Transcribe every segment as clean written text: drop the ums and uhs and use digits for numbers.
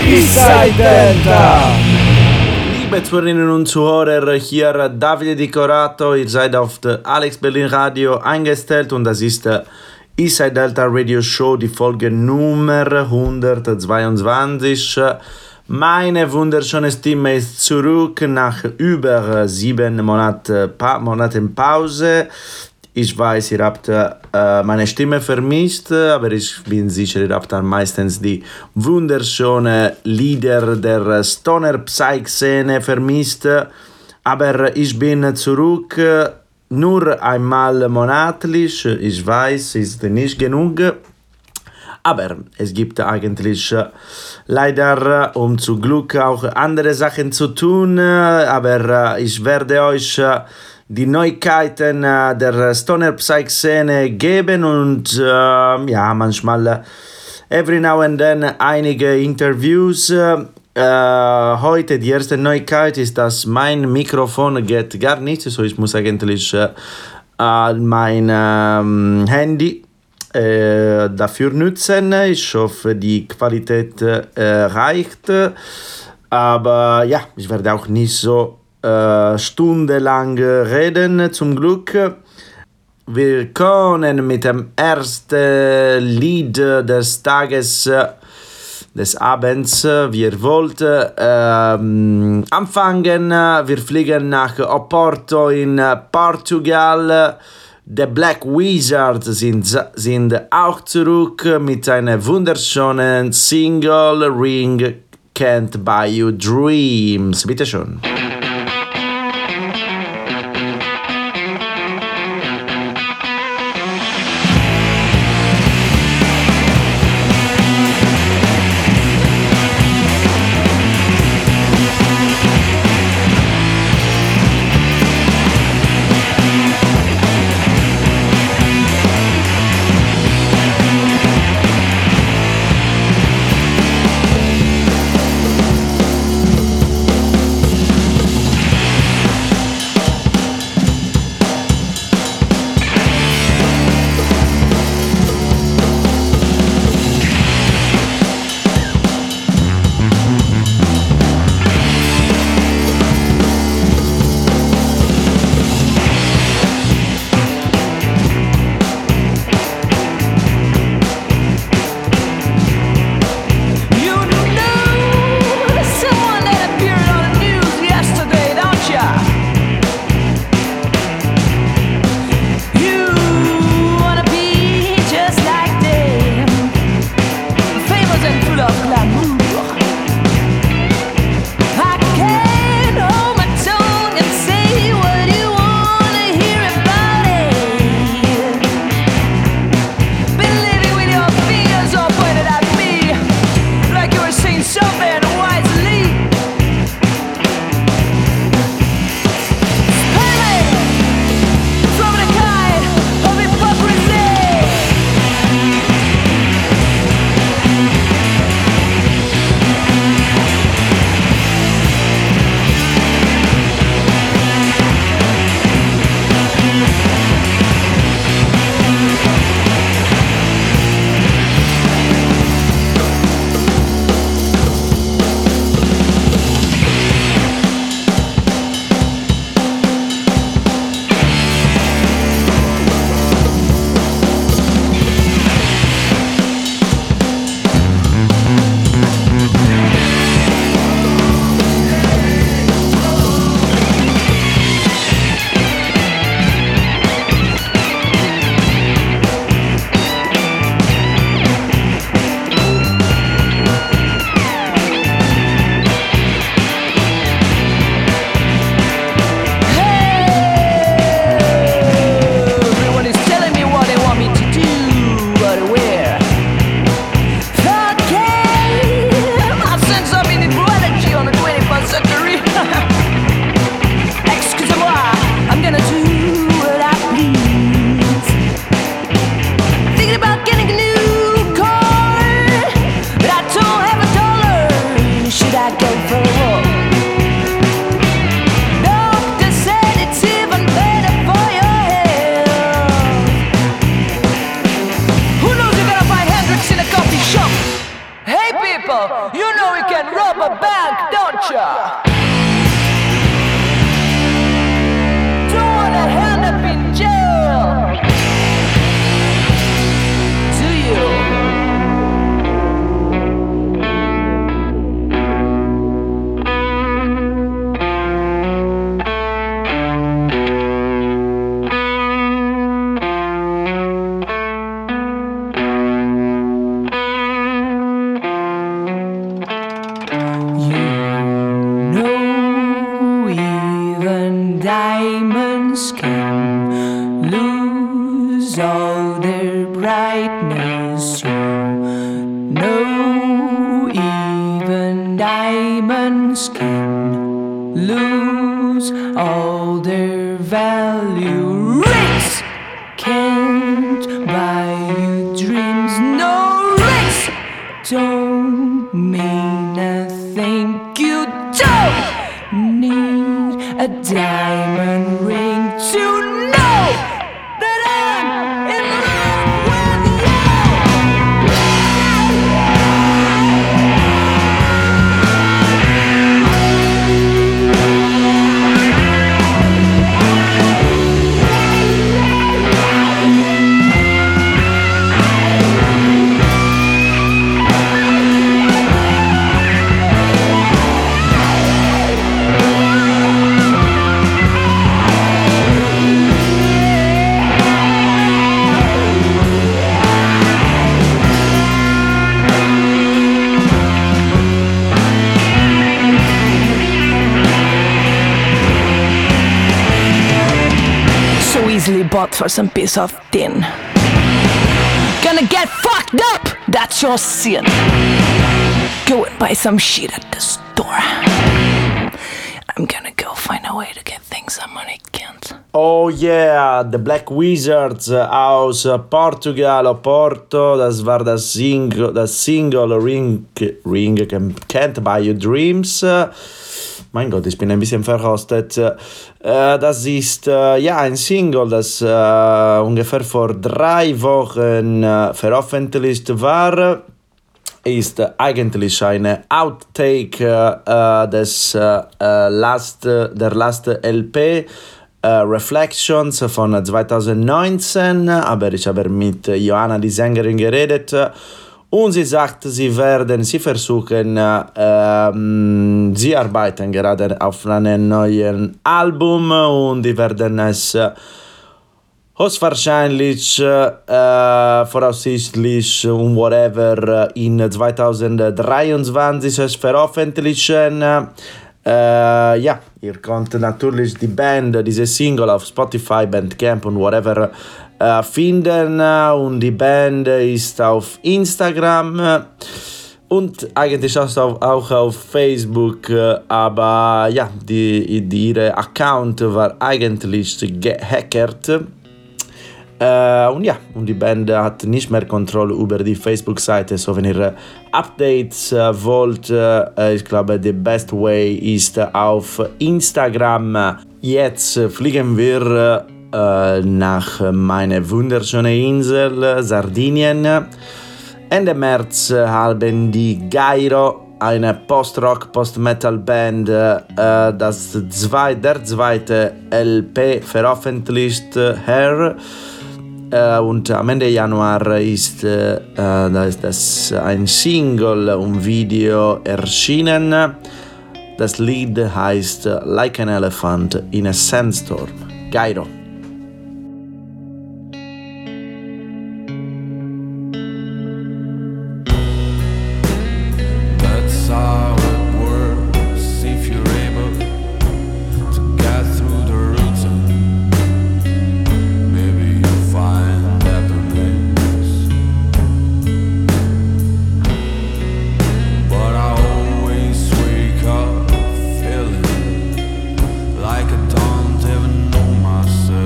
Eastside Delta. Liebe Zuhörerinnen und Zuhörer, hier Davide Di Corato, ihr seid auf der Alex Berlin Radio eingestellt und das ist der Eastside Delta Radio Show, die Folge Nummer 122. Meine wunderschöne Stimme ist zurück nach über 7 Monaten Pause. Ich weiß, ihr habt meine Stimme vermisst, aber ich bin sicher, ihr habt dann meistens die wunderschönen Lieder der Stoner-Psych-Szene vermisst. Aber ich bin zurück, nur einmal monatlich. Ich weiß, ist nicht genug. Aber es gibt eigentlich leider, zum Glück auch andere Sachen zu tun. Aber ich werde euch die Neuigkeiten der Stoner-Psych-Szene geben und manchmal every now and then einige Interviews. Heute die erste Neuigkeit ist, dass mein Mikrofon geht gar nicht, so ich muss eigentlich mein Handy dafür nutzen. Ich hoffe, die Qualität reicht, aber ja, ich werde auch nicht so stundenlang reden, zum Glück. Wir können mit dem ersten Lied des Tages, des Abends, wie ihr wollt, anfangen. Wir fliegen nach Oporto in Portugal. The Black Wizards sind auch zurück mit einer wunderschönen Single, Ring Can't Buy You Dreams. Bitte schön. all their brightness. No, even diamonds can lose all their value. Rings can't buy you dreams. No, rings don't mean a thing. You don't need a diamond ring to know that I'm in love with you. Easily bought for some piece of tin. Gonna get fucked up, that's your sin. Go and buy some shit at the store. I'm gonna go find a way to get things that money can't. Oh yeah, the Black Wizards aus Portugal, Porto, das war das Single Ring Can't Buy You Dreams. Mein Gott, ich bin ein bisschen verrostet. Das ist ein Single, das ungefähr vor 3 Wochen veröffentlicht war. Ist eigentlich eine Outtake der letzten LP Reflections von 2019, aber ich habe mit Johanna, die Sängerin, geredet. Und sie sagt, sie versuchen, sie arbeiten gerade auf einem neuen Album und die werden es höchstwahrscheinlich, voraussichtlich whatever in 2023 veröffentlichen. Ihr könnt natürlich die Band, diese Single auf Spotify, Bandcamp und whatever finden, und die Band ist auf Instagram und eigentlich auch auf Facebook, aber ja, ihre Account war eigentlich gehackert. Und die Band hat nicht mehr Kontrolle über die Facebook-Seite. So, wenn ihr Updates wollt, ich glaube, the best way ist auf Instagram. Jetzt fliegen wir nach meiner wunderschönen Insel Sardinien. Ende März haben die Gairo, eine Post-Rock, Post-Metal-Band, der zweite LP veröffentlicht. Und am Ende Januar ist das ein Single und Video erschienen. Das Lied heißt Like an Elephant in a Sandstorm. Gairo. Like I don't even know myself.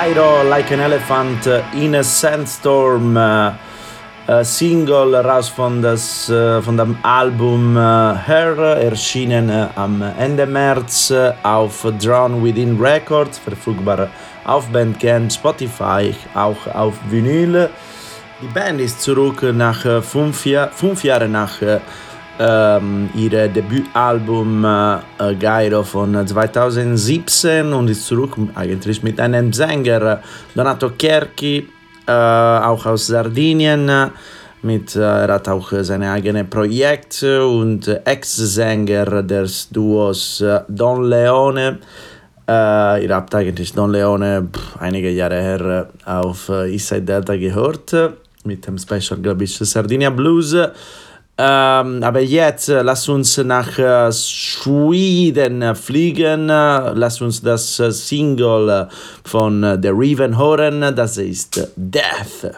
Gyro Like an Elephant in a Sandstorm, Single raus von dem Album Her, erschienen am Ende März auf Drawn Within Records, verfügbar auf Bandcamp, Spotify, auch auf Vinyl. Die Band ist zurück nach 5 Jahren nach ihr Debütalbum Gyro von 2017 und ist zurück eigentlich mit einem Sänger, Donato Cherchi, auch aus Sardinien. Er hat auch seine eigenen Projekte und Ex-Sänger des Duos Don Leone. Ihr habt eigentlich Don Leone einige Jahre her auf Eastside Delta gehört, mit dem Special, glaube ich, Sardinia Blues. Aber jetzt lass uns nach Schweden fliegen. Lass uns das Single von The Raven hören. Das ist Death.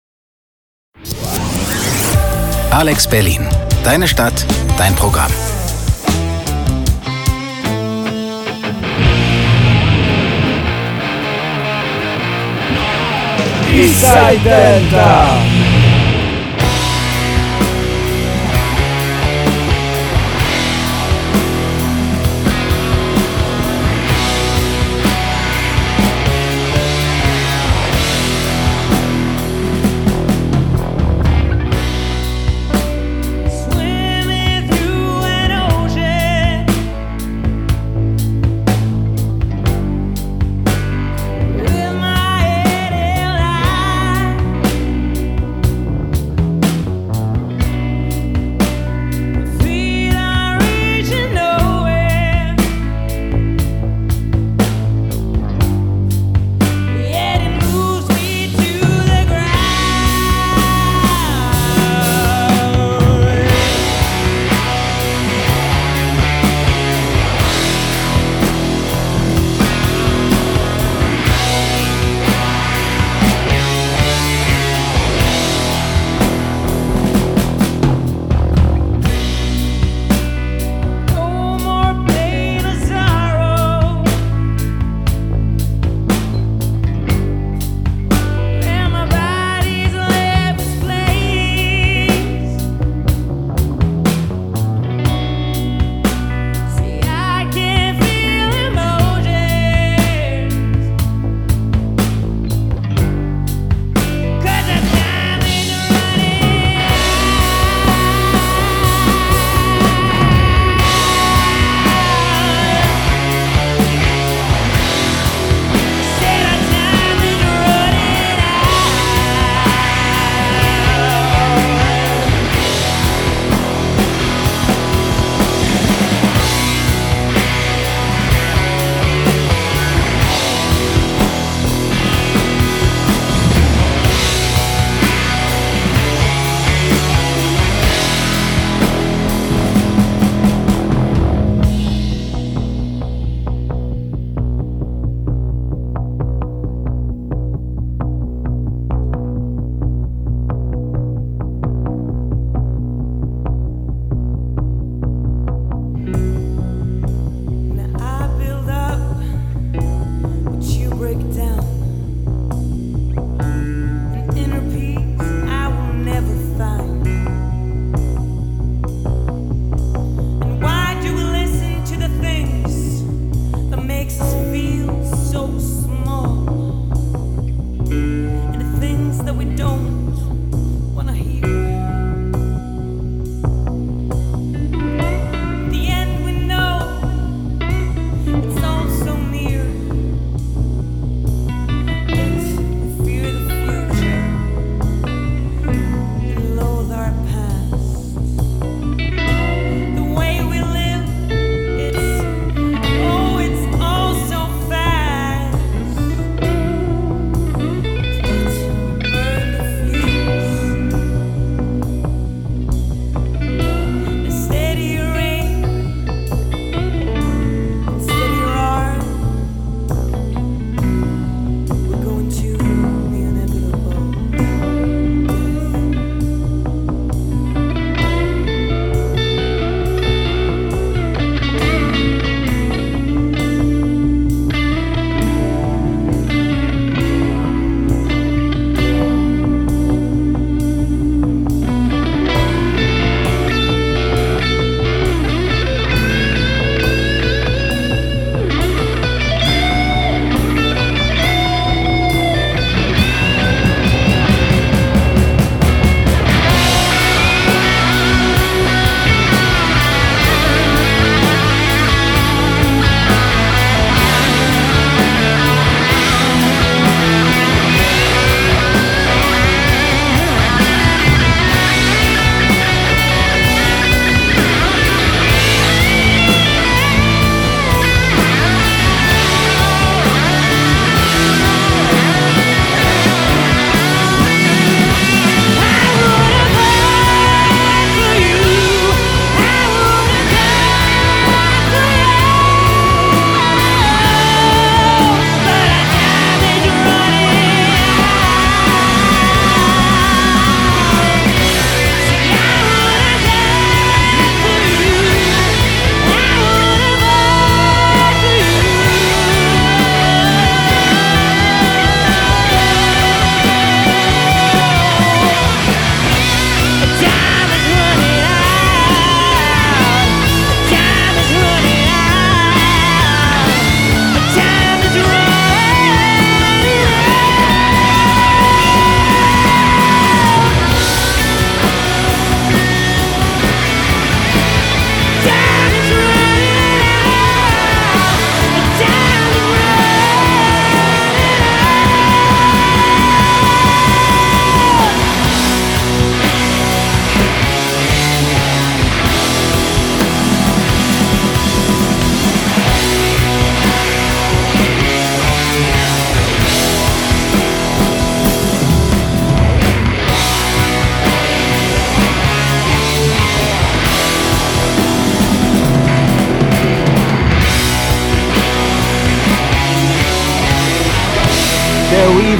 Alex Berlin. Deine Stadt, dein Programm. Eastside Delta.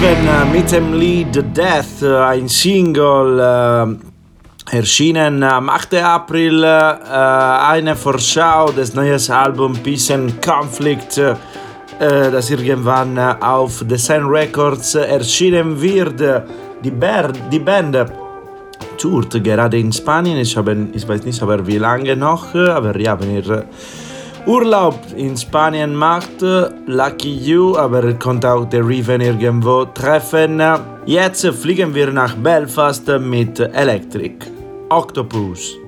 Treffen mit dem Lied Death, ein Single erschienen am 8. April, eine Vorschau des neuen Albums Peace and Conflict, das irgendwann auf Design Records erschienen wird. Die Band tourt gerade in Spanien, ich weiß nicht aber wie lange noch, aber ja, wenn ihr Urlaub in Spanien macht, lucky you, aber ihr könnt auch The Riven irgendwo treffen. Jetzt fliegen wir nach Belfast mit Electric Octopus.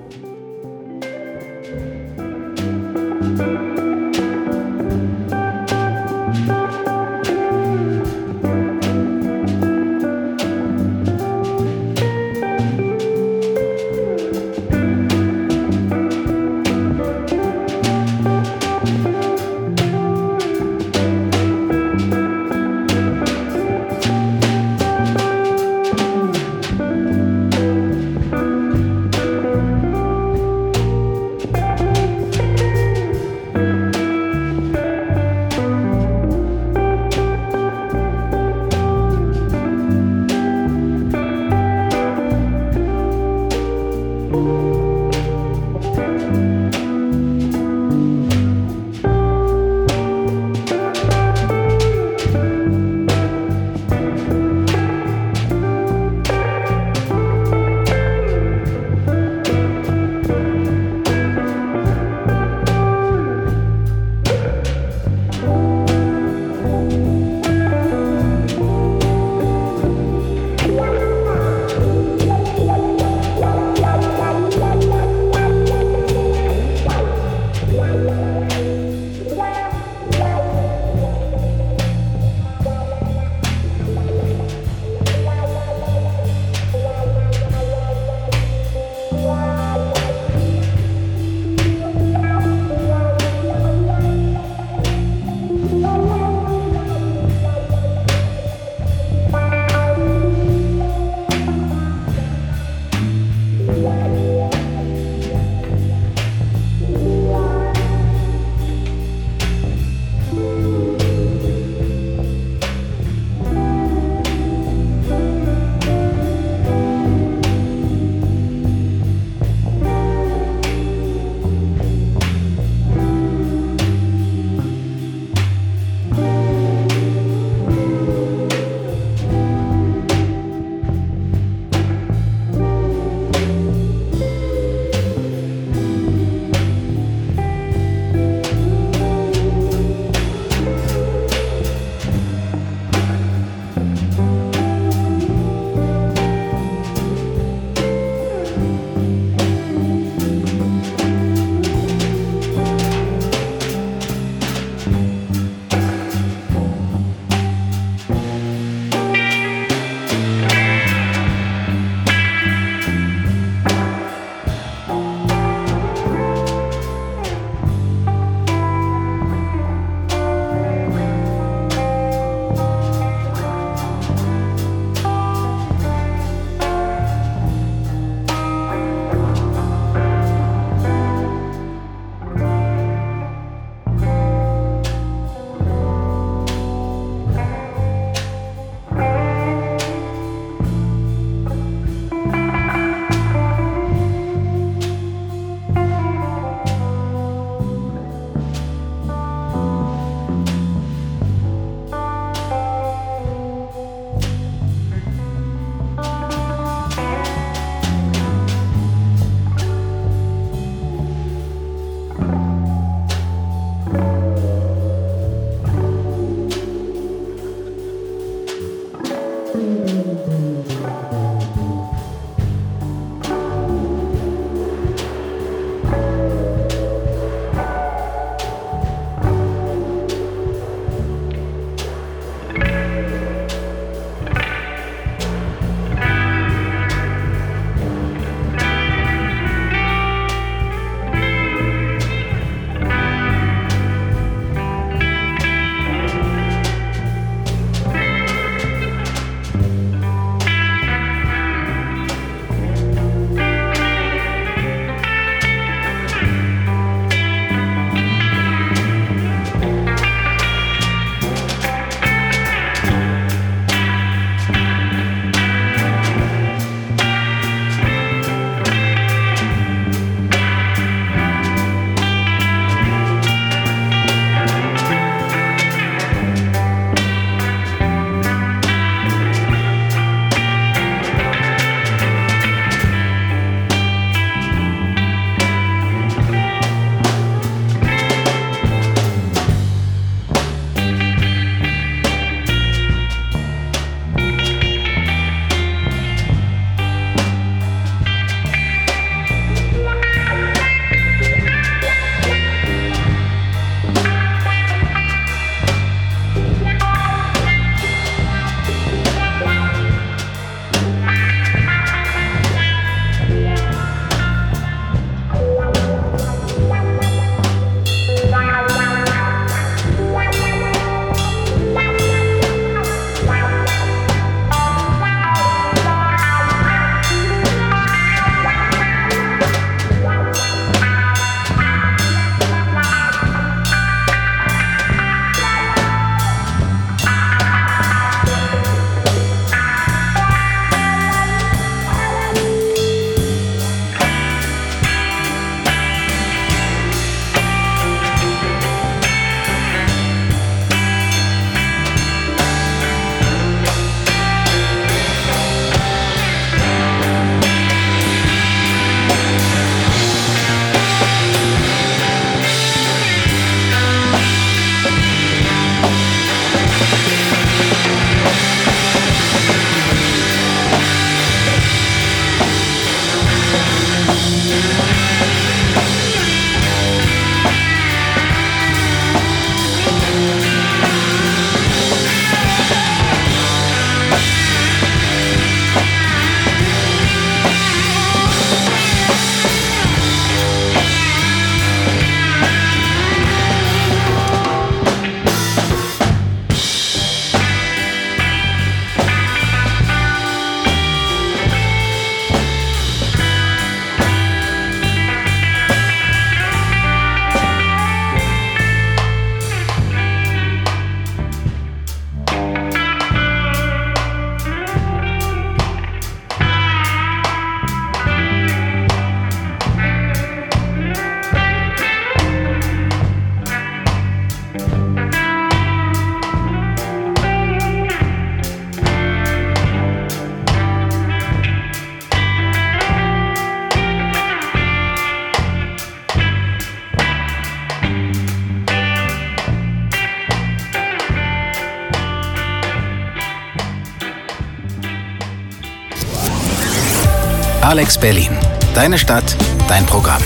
Alex Berlin. Deine Stadt, dein Programm.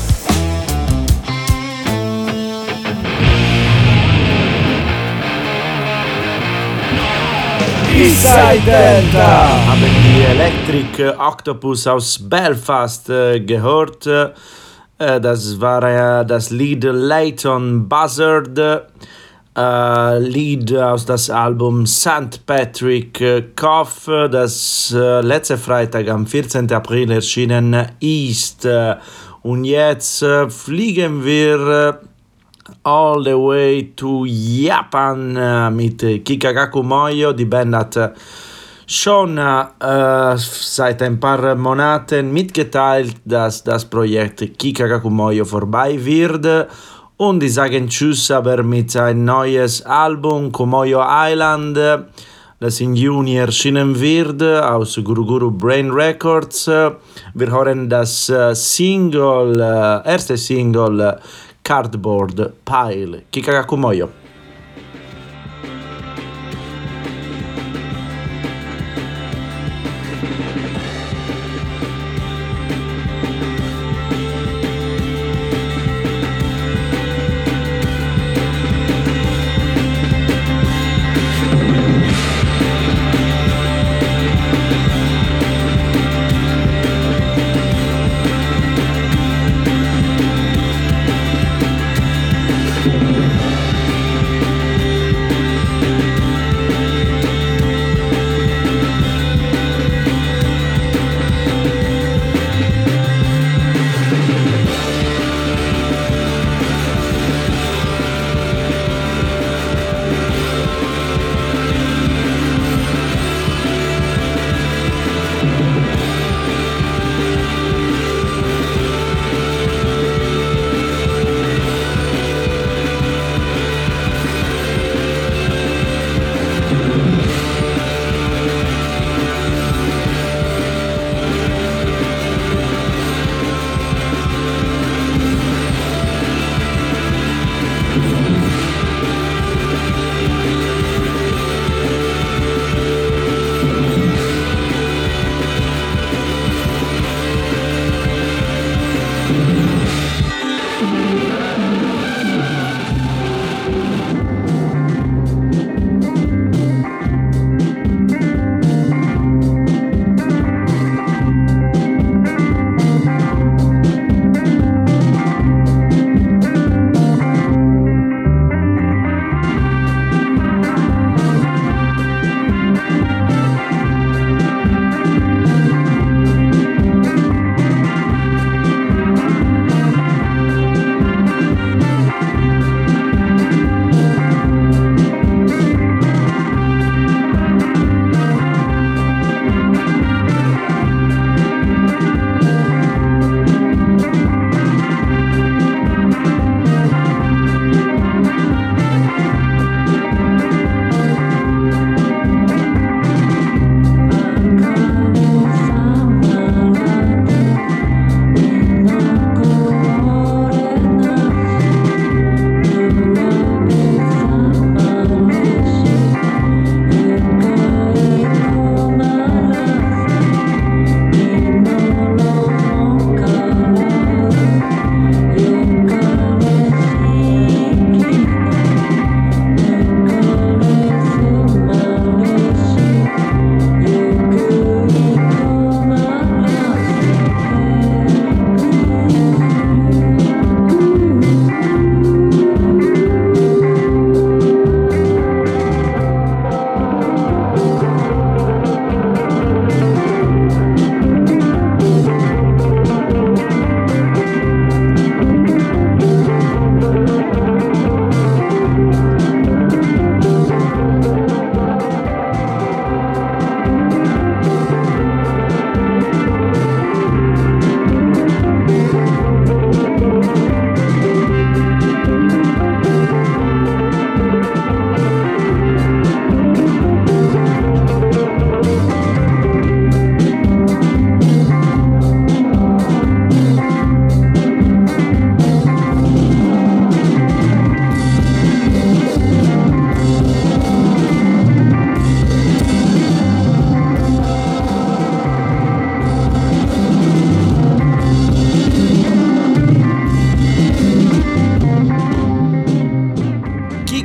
Eastside Delta. Haben die Electric Octopus aus Belfast gehört. Das war das Lied Leighton Buzzard. Lied aus das Album St. Patrick Cough, das letzte Freitag am 14. April erschienen ist. Und jetzt fliegen wir all the way to Japan mit Kikagaku Moyo. Die Band hat schon seit ein paar Monaten mitgeteilt, dass das Projekt Kikagaku Moyo vorbei wird. Und die sagen Tschüss aber mit ein neues Album, Kumoyo Island, das im Juni erschienen wird, aus Guru Guru Brain Records. Wir hören das erste Single Cardboard Pile, Kikagaku Moyo.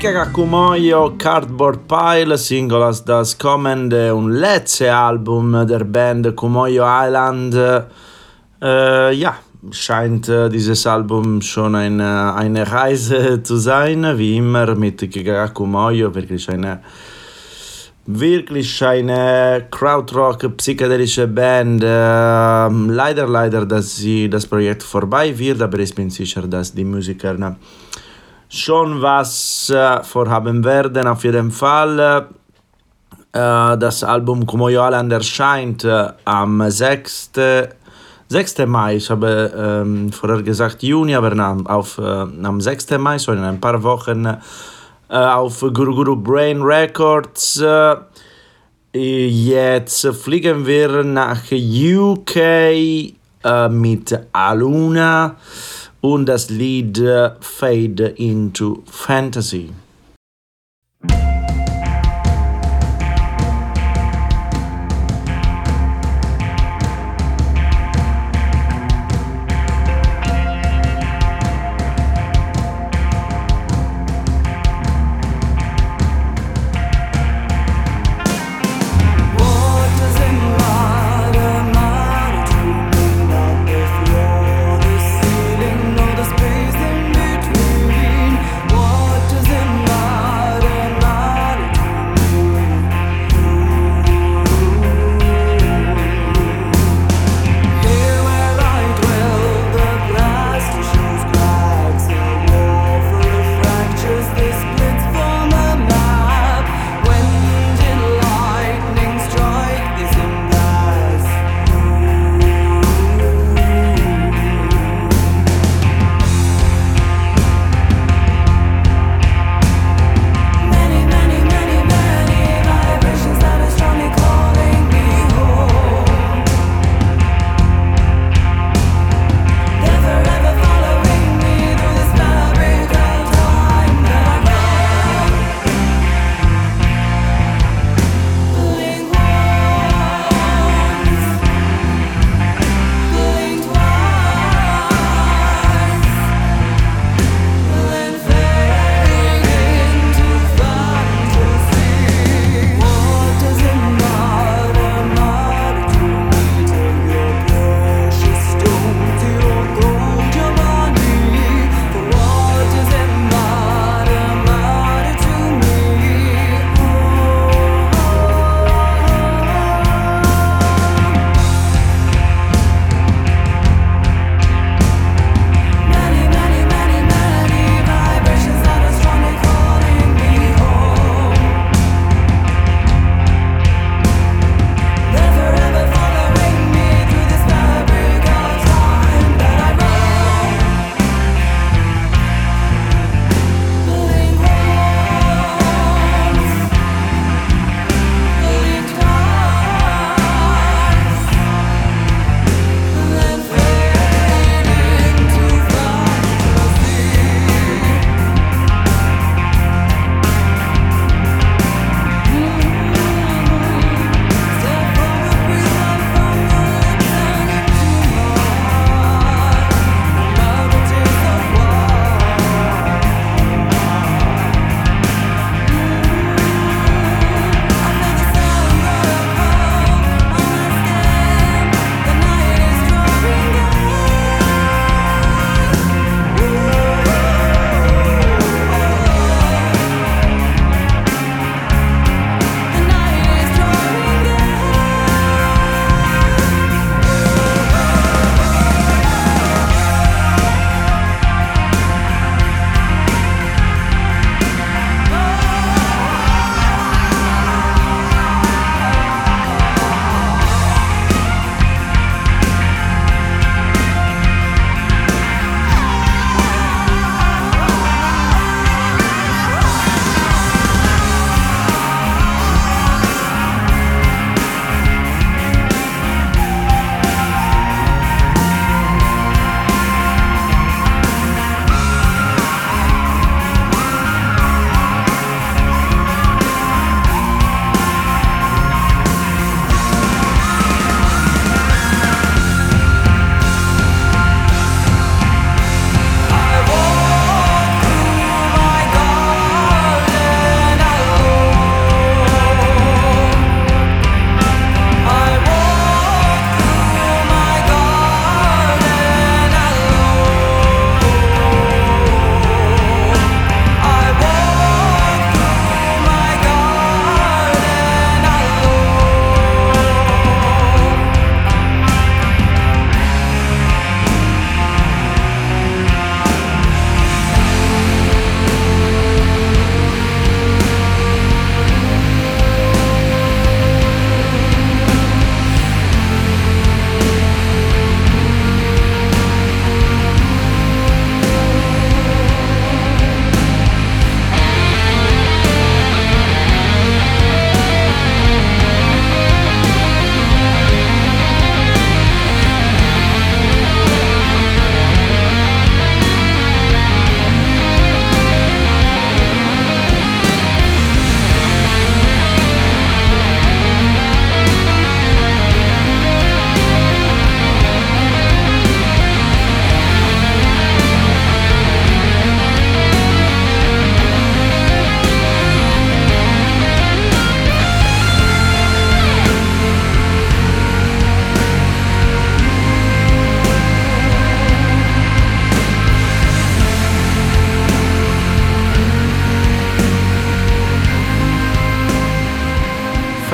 Kika Kumoyo Cardboard Pile, Single aus das kommende und letzte Album der Band Kumoyo Island. Ja, scheint dieses Album schon eine Reise zu sein, wie immer mit Kika Kumoyo, wirklich eine Krautrock, psychedelische Band. Leider, dass das Projekt vorbei wird, aber ich bin sicher, dass die Musiker schon was vorhaben werden, auf jeden Fall. Das Album Kumoyo Island erscheint am 6. Mai. Ich habe vorher gesagt Juni, aber am 6. Mai, so in ein paar Wochen, auf Guru Guru Brain Records. Jetzt fliegen wir nach UK mit Aluna und das Lied Fade into Fantasy. What does it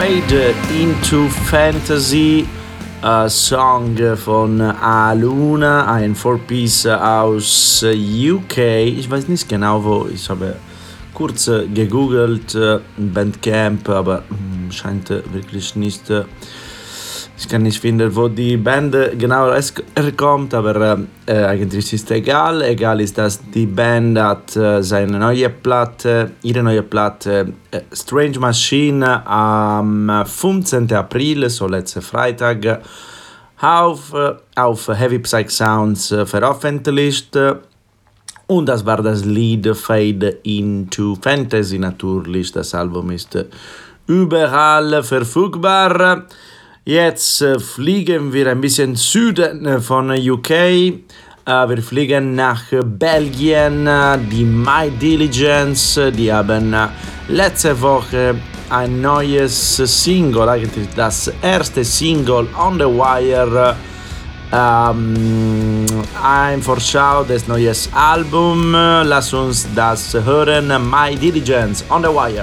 Fade into Fantasy, Song von Aluna, ein Four-Piece aus UK. Ich weiß nicht genau wo, ich habe kurz gegoogelt, Bandcamp, aber scheint wirklich nicht, ich kann nicht finden, wo die Band genau herkommt, aber eigentlich ist egal. Egal ist, dass die Band hat ihre neue Platte Strange Machine am 15. April, so letzten Freitag, auf Heavy Psych Sounds veröffentlicht. Und das war das Lied Fade into Fantasy natürlich. Das Album ist überall verfügbar. Jetzt fliegen wir ein bisschen Süden von UK. Wir fliegen nach Belgien. Die My Diligence, die haben letzte Woche ein neues Single, eigentlich das erste Single On The Wire, ein Vorschau des neuen Albums. Lass uns das hören. My Diligence, On The Wire.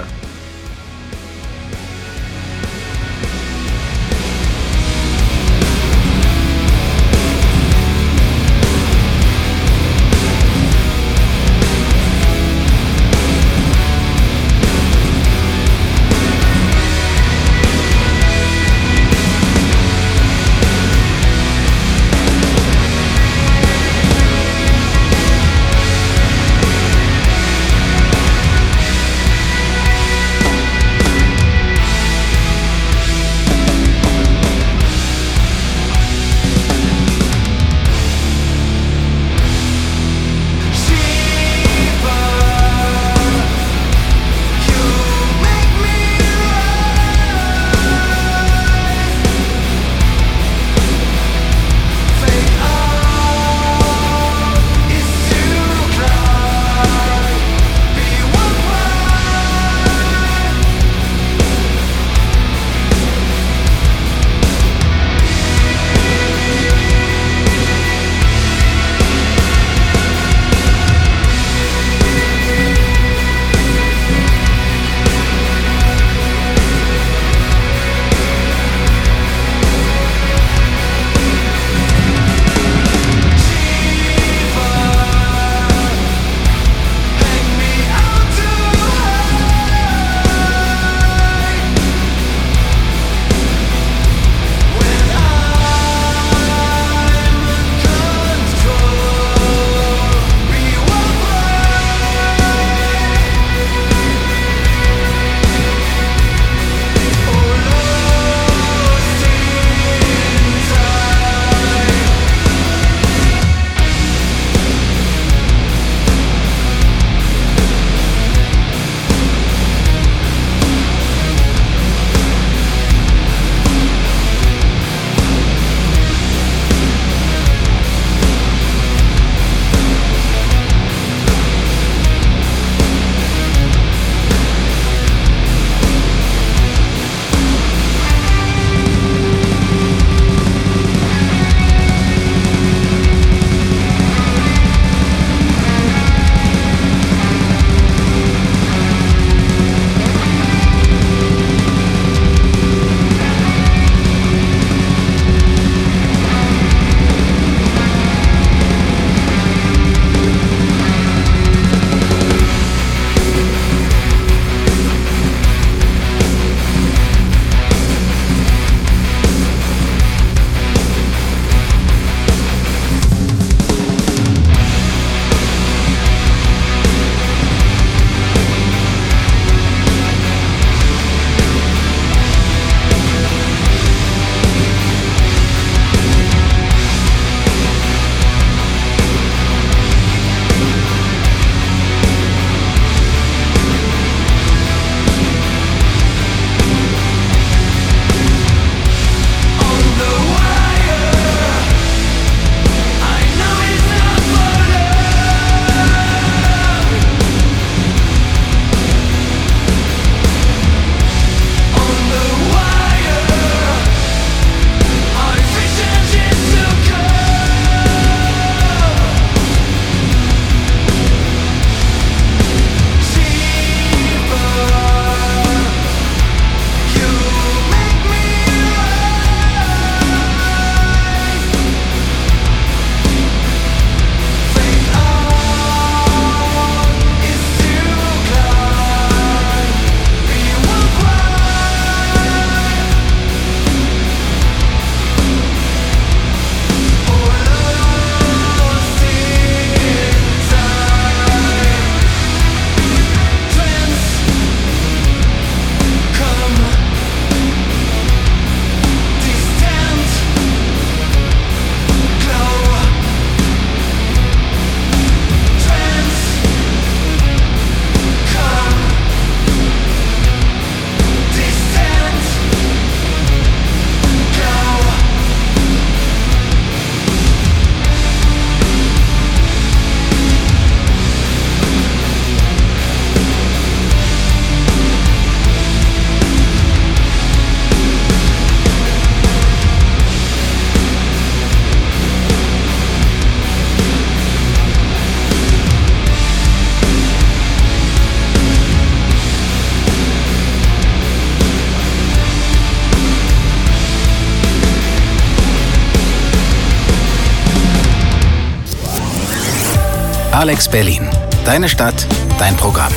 Alex Berlin. Deine Stadt, dein Programm.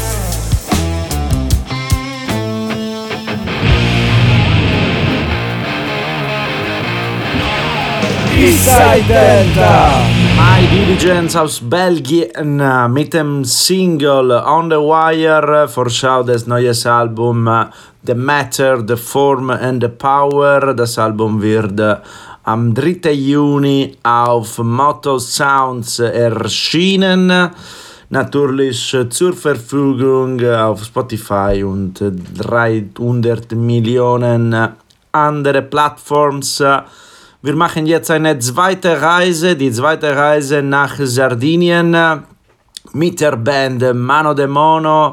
Eastside Delta. My Diligence aus Belgien mit dem Single On the Wire vorschau des neues Album The Matter, The Form and The Power. Das Album wird am 3. Juni auf Motto Sounds erschienen. Natürlich zur Verfügung auf Spotify und 300 Millionen andere Plattforms. Wir machen jetzt eine zweite Reise, die zweite Reise nach Sardinien mit der Band Mano de Mono.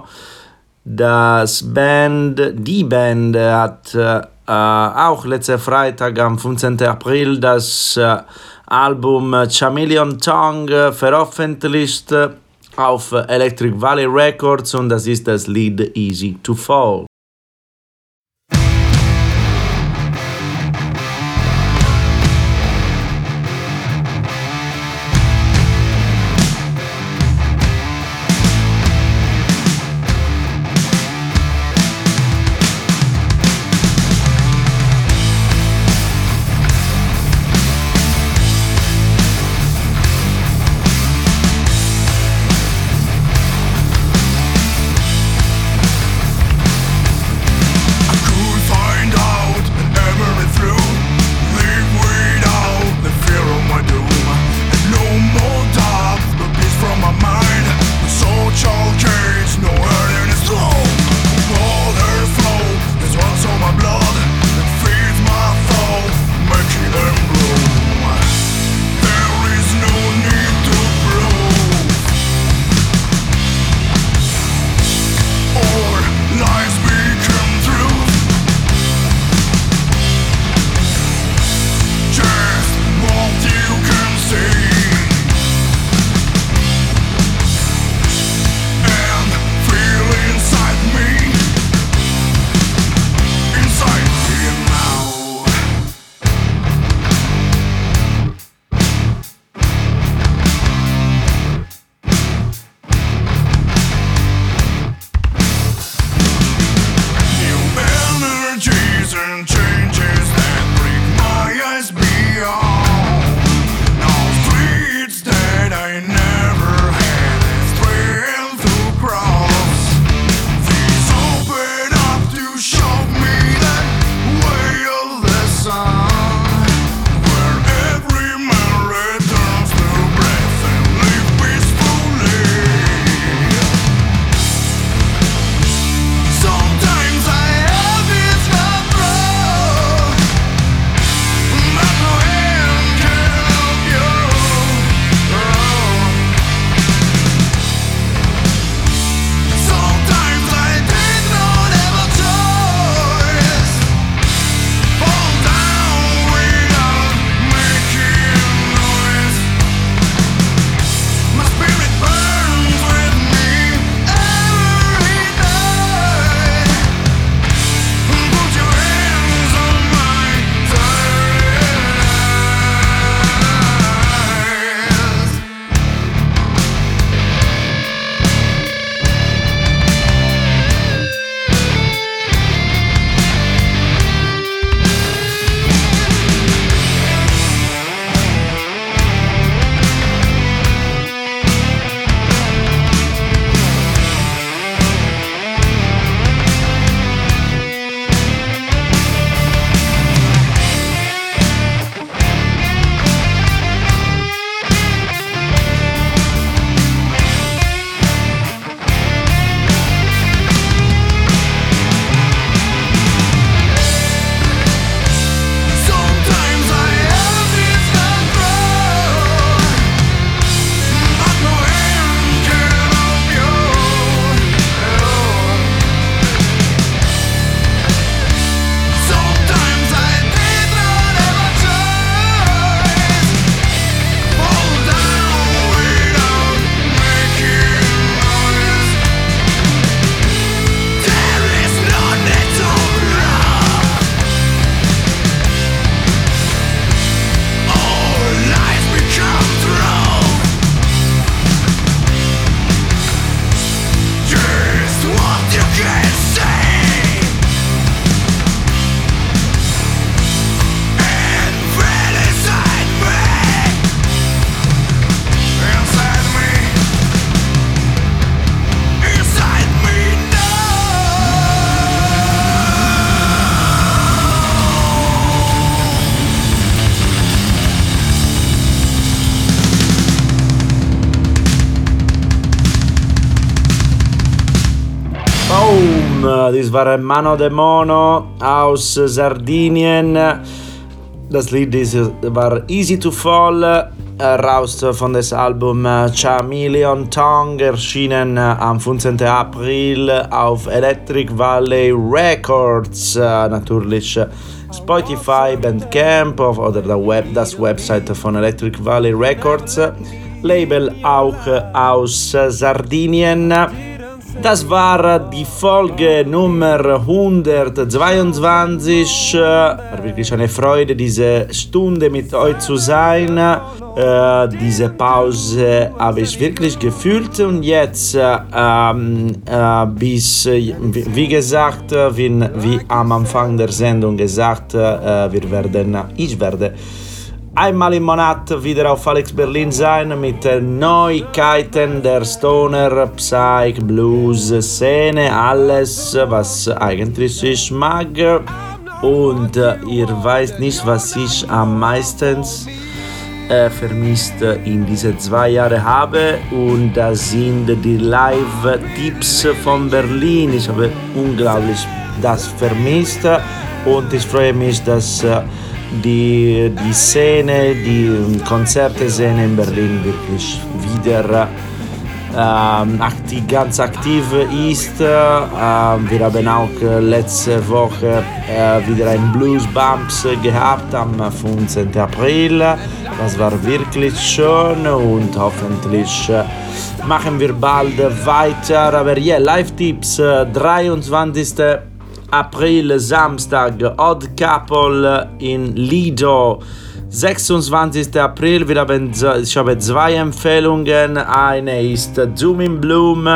Die Band hat auch letzten Freitag am 15. April das Album Chameleon Tongue veröffentlicht auf Electric Valley Records und das ist das Lied Easy to Fall. Das war Mano de Mono aus Sardinien. Das Lied war Easy to Fall, raus von das Album Chameleon Tongue, erschienen am 15. April auf Electric Valley Records, natürlich Spotify, Bandcamp oder das Website von Electric Valley Records, Label auch aus Sardinien. Das war die Folge Nummer 122. War wirklich eine Freude, diese Stunde mit euch zu sein. Diese Pause habe ich wirklich gefühlt und jetzt bis, wie gesagt, wie am Anfang der Sendung gesagt, ich werde einmal im Monat wieder auf Alex Berlin sein mit Neuigkeiten der Stoner, Psych, Blues, Szene, alles, was eigentlich ich mag. Und ihr wisst nicht, was ich am meisten vermisst in diese 2 Jahre habe. Und das sind die Live-Tipps von Berlin. Ich habe unglaublich das vermisst und ich freue mich, dass die Szene, die Konzertszene in Berlin wirklich wieder ganz aktiv ist. Wir haben auch letzte Woche wieder ein Blues Bumps gehabt am 15. April. Das war wirklich schön und hoffentlich machen wir bald weiter. Aber ja, Live-Tipps, 23. April, Samstag, Odd Couple in Lido. 26. April, ich habe 2 Empfehlungen. Eine ist Doom in Bloom,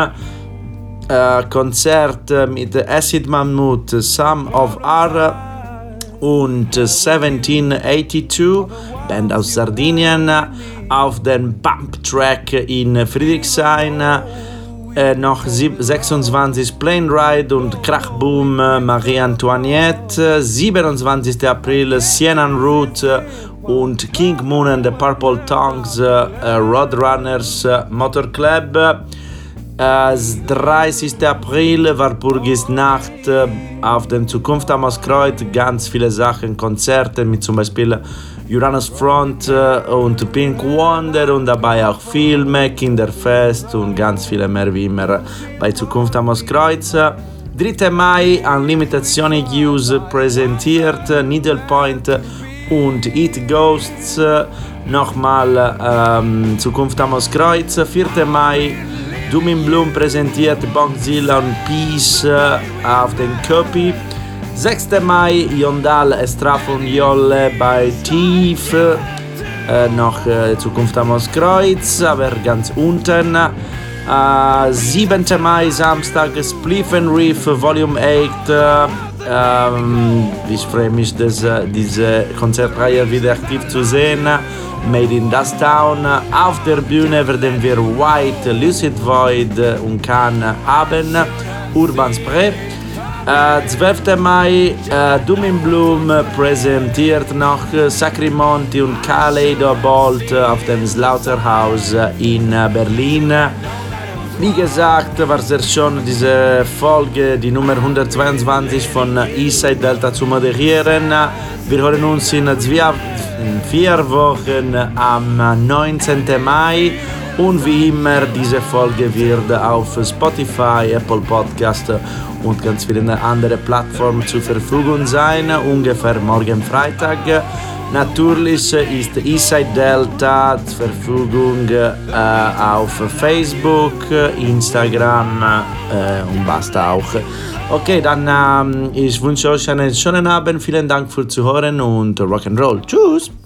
Konzert mit Acid Mammut, Some of R und 1782, Band aus Sardinien, auf den Bump-Track in Friedrichshain. Noch 26 Plane Ride und Krachboom Marie Antoinette. 27. April Siena Route und King Moon and the Purple Tongues Roadrunners Motor Club. 30. April Walpurgis Nacht auf dem Zukunft am Moskreuz. Ganz viele Sachen, Konzerte mit zum Beispiel Uranus Front und Pink Wonder und dabei auch Filme, Kinderfest und ganz viele mehr wie immer bei Zukunft am Moskreuz. 3. Mai Unlimited Sonic Use präsentiert, Needlepoint und It Ghosts, nochmal Zukunft am Moskreuz. 4. Mai Doom in Bloom präsentiert Bongzilla und Peace auf den Copy. 6. Mai Yondal Estraf und Jolle bei Tief, noch Zukunft am Moskreuz, aber ganz unten. 7. Mai Samstag Spliff and Reef Volume 8. Ich freue mich, diese Konzertreihe wieder aktiv zu sehen. Made in Dusttown. Auf der Bühne werden wir White, Lucid Void und Can haben. Urban Spray. 12. Mai Doom in Bloom präsentiert noch Sacrimonti und Kaleido Bolt auf dem Slaughterhouse in Berlin. Wie gesagt, war sehr schön, diese Folge, die Nummer 122 von Eastside Delta zu moderieren. Wir hören uns in 4 Wochen am 19. Mai. Und wie immer, diese Folge wird auf Spotify, Apple Podcast und ganz vielen anderen Plattformen zur Verfügung sein, ungefähr morgen Freitag. Natürlich ist Eastside Delta zur Verfügung auf Facebook, Instagram und basta auch. Okay, dann ich wünsche euch einen schönen Abend, vielen Dank fürs Zuhören und Rock'n'Roll. Tschüss!